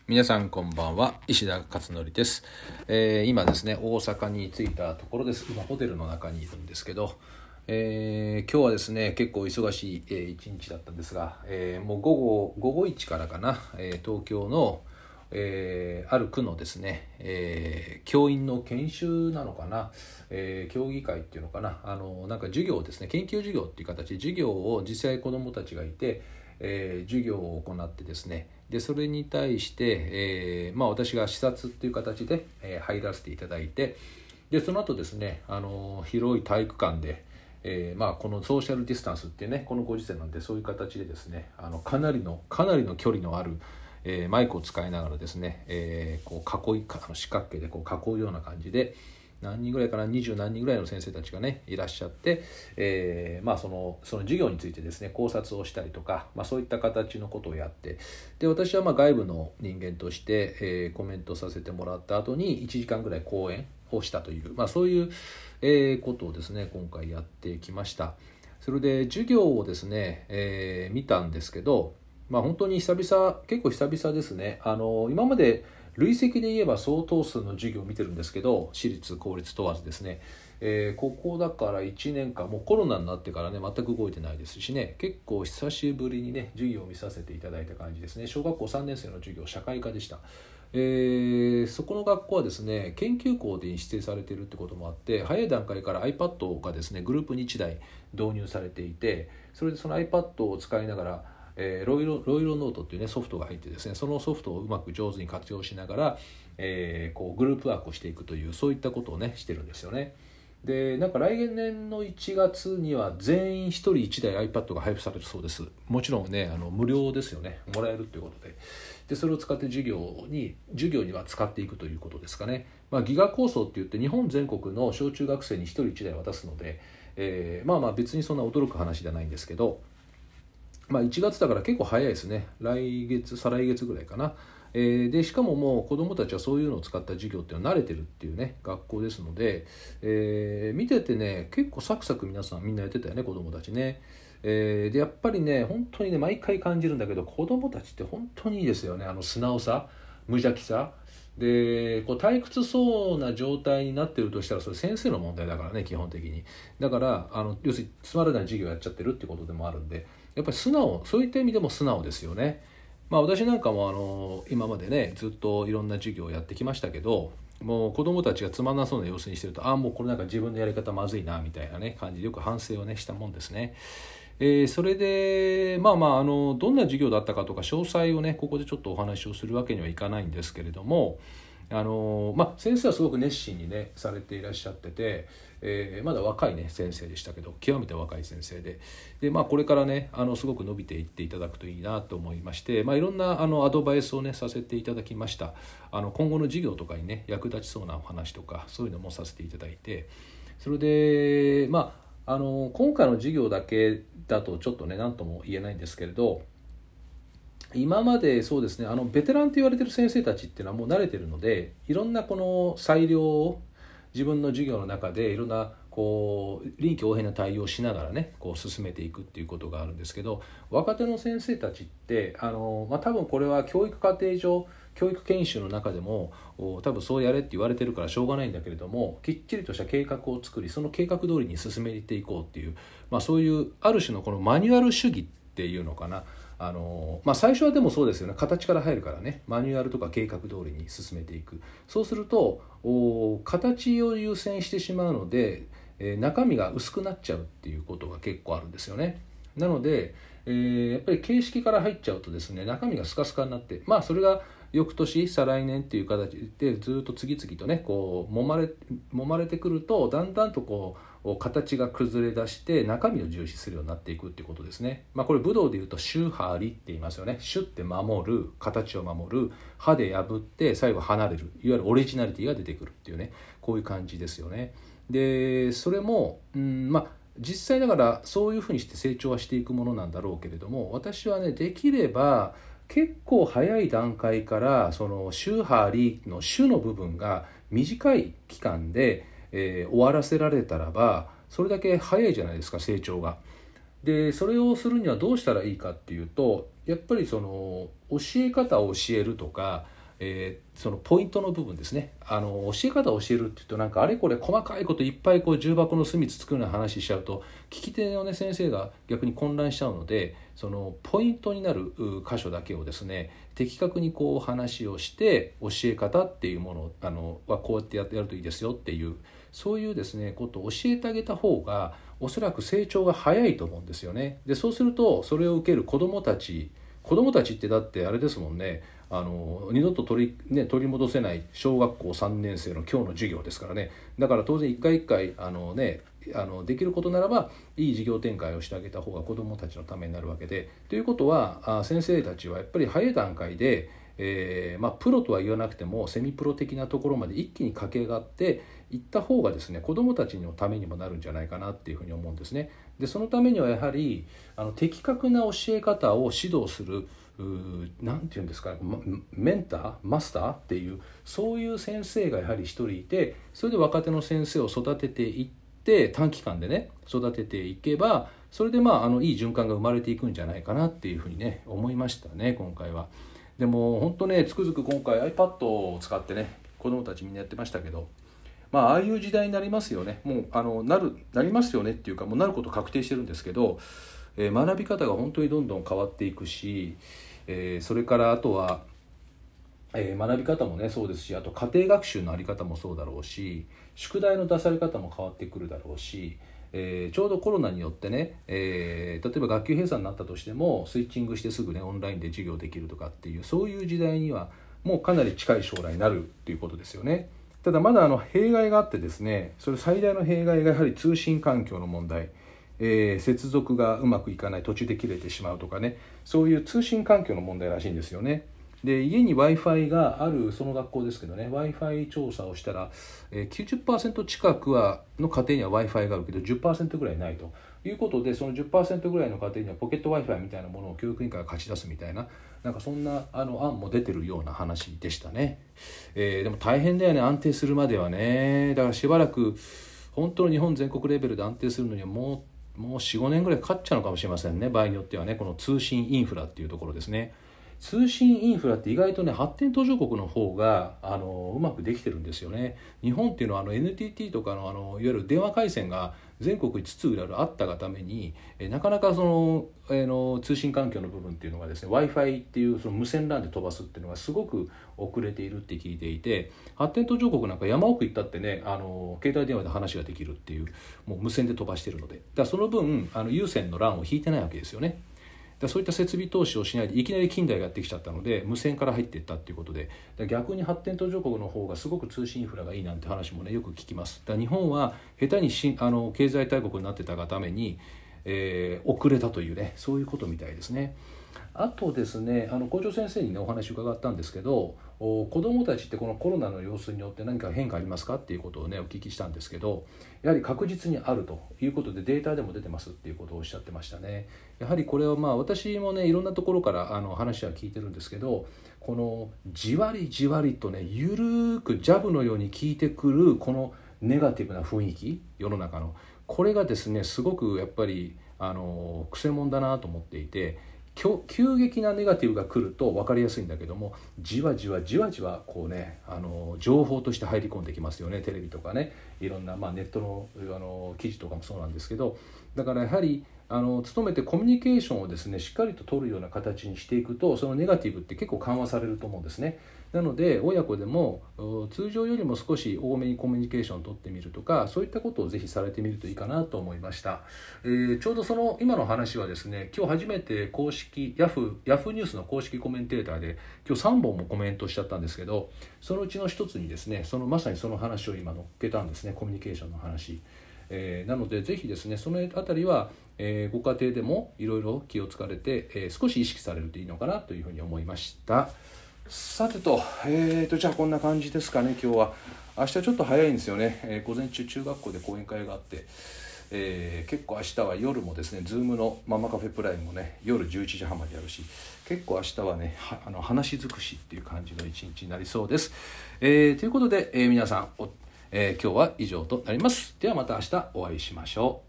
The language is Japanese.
皆さんこんばんは、石田勝則です。今ですね、大阪に着いたところです。今ホテルの中にいるんですけど、今日はですね結構忙しい、一日だったんですが、もう午後1からかな、東京の、ある区のですね、教員の研修なのかな、協議会っていうのかな、なんか授業ですね、研究授業っていう形で授業を実際子どもたちがいて、授業を行ってですね、でそれに対して、私が視察っていう形で、入らせていただいて、でその後ですね、広い体育館で、このソーシャルディスタンスっていうね、このご時世なんでそういう形でですね、かなりの距離のある、マイクを使いながらですね、こう四角形でこう囲うような感じで、何人ぐらいかな、20何人ぐらいの先生たちがねいらっしゃって、その授業についてですね考察をしたりとか、そういった形のことをやって、で私は外部の人間として、コメントさせてもらった後に1時間ぐらい講演をしたという、そういう、ことをですね今回やってきました。それで授業をですね、見たんですけど、本当に結構久々ですね。今まで累積で言えば相当数の授業を見てるんですけど、私立公立問わずですね、ここだから1年間、もうコロナになってからね全く動いてないですしね、結構久しぶりにね授業を見させていただいた感じですね。小学校3年生の授業、社会科でした。そこの学校はですね研究校で指定されているってこともあって、早い段階から iPad がですねグループに1台導入されていて、それでその iPad を使いながらロイロノートっていうねソフトが入ってですね、そのソフトをうまく上手に活用しながら、こうグループワークをしていくという、そういったことをねしてるんですよね。でなんか来年の1月には全員1人1台 iPad が配布されるそうです。もちろんね無料ですよね、もらえるということで、それを使って授業には使っていくということですかね。ギガ構想って言って日本全国の小中学生に1人1台渡すので、別にそんな驚く話じゃないんですけど、1月だから結構早いですね。再来月ぐらいかな。でしかももう子どもたちはそういうのを使った授業っていうのは慣れてるっていうね学校ですので、見ててね結構サクサクみんなやってたよね、子どもたちね。でやっぱりね本当にね毎回感じるんだけど、子どもたちって本当にいいですよね。素直さ、無邪気さで、こう退屈そうな状態になってるとしたらそれ先生の問題だからね、基本的に。だから要するにつまらない授業やっちゃってるってことでもあるんで、やっぱりそういった意味でも素直ですよね。私なんかも今までねずっといろんな授業をやってきましたけど、もう子どもたちがつまんなそうな様子にしてると、もうこれなんか自分のやり方まずいなみたいなね感じでよく反省をねしたもんですね。それでどんな授業だったかとか詳細をねここでちょっとお話をするわけにはいかないんですけれども、先生はすごく熱心にねされていらっしゃってて、まだ若いね先生でしたけど、極めて若い先生で、これからねすごく伸びていっていただくといいなと思いまして、いろんなアドバイスをねさせていただきました。今後の授業とかにね役立ちそうなお話とかそういうのもさせていただいて、それで今回の授業だけだとちょっとね何とも言えないんですけれど、今までそうですねベテランと言われてる先生たちっていうのはもう慣れてるので、いろんなこの裁量を自分の授業の中でいろんなこう臨機応変な対応をしながらねこう進めていくっていうことがあるんですけど、若手の先生たちって多分これは教育課程上教育研修の中でも多分そうやれって言われてるからしょうがないんだけれども、きっちりとした計画を作りその計画通りに進めていこうっていう、そういうある種のこのマニュアル主義っていうのかな。最初はでもそうですよね、形から入るからね、マニュアルとか計画通りに進めていく。そうすると形を優先してしまうので、中身が薄くなっちゃうっていうことが結構あるんですよね。なので、やっぱり形式から入っちゃうとですね中身がスカスカになって、それが翌年再来年っていう形でずっと次々とねこう揉まれてくると、だんだんとこう形が崩れ出して中身を重視するようになっていくっていうことですね。これ武道でいうと手張りって言いますよね。手って守る、形を守る、刃で破って最後離れる、いわゆるオリジナリティが出てくるっていうね、こういう感じですよね。でそれも実際だからそういうふうにして成長はしていくものなんだろうけれども、私はねできれば結構早い段階からその宗派理の宗の部分が短い期間で、終わらせられたらばそれだけ早いじゃないですか、成長が。でそれをするにはどうしたらいいかっていうと、やっぱりその教え方を教えるとか、 そのポイントの部分ですね。教え方を教えるっていうとなんかあれこれ細かいこといっぱい重箱の隅つつくような話しちゃうと聞き手のね先生が逆に混乱しちゃうので、そのポイントになる箇所だけをですね的確に話をして教え方っていうものはこうやってやるといいですよっていう、そういうですねことを教えてあげた方がおそらく成長が早いと思うんですよね。でそうするとそれを受ける子どもたちってだってあれですもんね、二度と取り戻せない小学校3年生の今日の授業ですからね。だから当然一回一回できることならばいい授業展開をしてあげた方が子どもたちのためになるわけで、ということは先生たちはやっぱり早い段階で、プロとは言わなくてもセミプロ的なところまで一気に駆け上がっていった方がですね子どもたちのためにもなるんじゃないかなっていうふうに思うんですね。でそのためにはやはり的確な教え方を指導するなんていうんですか、メンターマスターっていうそういう先生がやはり一人いて、それで若手の先生を育てていって短期間でね育てていけばそれでいい循環が生まれていくんじゃないかなっていうふうにね思いましたね今回は。でも本当ねつくづく今回 iPad を使ってね子どもたちみんなやってましたけど、ああいう時代になりますよね。もうなりますよねっていうかもうなること確定してるんですけど、学び方が本当にどんどん変わっていくし、それからあとは、学び方もねそうですし、あと家庭学習の在り方もそうだろうし、宿題の出され方も変わってくるだろうし、ちょうどコロナによってね、例えば学級閉鎖になったとしてもスイッチングしてすぐねオンラインで授業できるとかっていうそういう時代にはもうかなり近い将来になるっていうことですよね。ただまだ弊害があってですね、それ最大の弊害がやはり通信環境の問題、接続がうまくいかない、途中で切れてしまうとかね、そういう通信環境の問題らしいんですよね。で家に Wi-Fi があるその学校ですけどね Wi-Fi 調査をしたら、90% 近くの家庭には Wi-Fi があるけど 10% ぐらいないということで、その 10% ぐらいの家庭にはポケット Wi-Fi みたいなものを教育委員会が貸し出すみたいな、なんかそんな案も出てるような話でしたね。でも大変だよね安定するまではね。だからしばらく本当の日本全国レベルで安定するのにはもう 4,5 年ぐらいかかっちゃうのかもしれませんね、場合によってはね。この通信インフラっていうところですね。通信インフラって意外とね発展途上国の方がうまくできてるんですよね。日本っていうのはNTT とかのいわゆる電話回線が全国5つぐらいあったがためになかなかその通信環境の部分っていうのがですね Wi-Fi っていうその無線 LAN で飛ばすっていうのがすごく遅れているって聞いていて、発展途上国なんか山奥行ったってね携帯電話で話ができるっていうもう無線で飛ばしてるので、だからその分有線の LAN を引いてないわけですよね。そういった設備投資をしないでいきなり近代がやってきちゃったので無線から入っていったっていうことで、逆に発展途上国の方がすごく通信インフラがいいなんて話もねよく聞きます。だから日本は下手に経済大国になってたがために、遅れたというねそういうことみたいですね。あとですね校長先生にねお話伺ったんですけど、子どもたちってこのコロナの様子によって何か変化ありますかっていうことをねお聞きしたんですけど、やはり確実にあるということでデータでも出てますっていうことをおっしゃってましたね。やはりこれは私もねいろんなところから話は聞いてるんですけど、このじわりじわりとねゆるくジャブのように効いてくるこのネガティブな雰囲気、世の中のこれがですねすごくやっぱりくせ者だなと思っていて、急激なネガティブが来ると分かりやすいんだけども、じわじわこうね情報として入り込んできますよね。テレビとかねいろんな、ネットの記事とかもそうなんですけど、だからやはり努めてコミュニケーションをですねしっかりと取るような形にしていくとそのネガティブって結構緩和されると思うんですね。なので親子でも通常よりも少し多めにコミュニケーションを取ってみるとかそういったことをぜひされてみるといいかなと思いました。ちょうどその今の話はですね今日初めて公式ヤフーニュースの公式コメンテーターで今日3本もコメントしちゃったんですけど、そのうちの一つにですねまさにその話を今載っけたんですね、コミュニケーションの話。なのでぜひですねそのあたりは、ご家庭でもいろいろ気をつかれて、少し意識されるといいのかなというふうに思いました。さてと、じゃあこんな感じですかね。今日は明日ちょっと早いんですよね、午前中中学校で講演会があって、結構明日は夜もですね Zoom のママカフェプライムもね夜11時半までやるし、結構明日はね話尽くしっていう感じの一日になりそうです。ということで、皆さん今日は以上となります。ではまた明日お会いしましょう。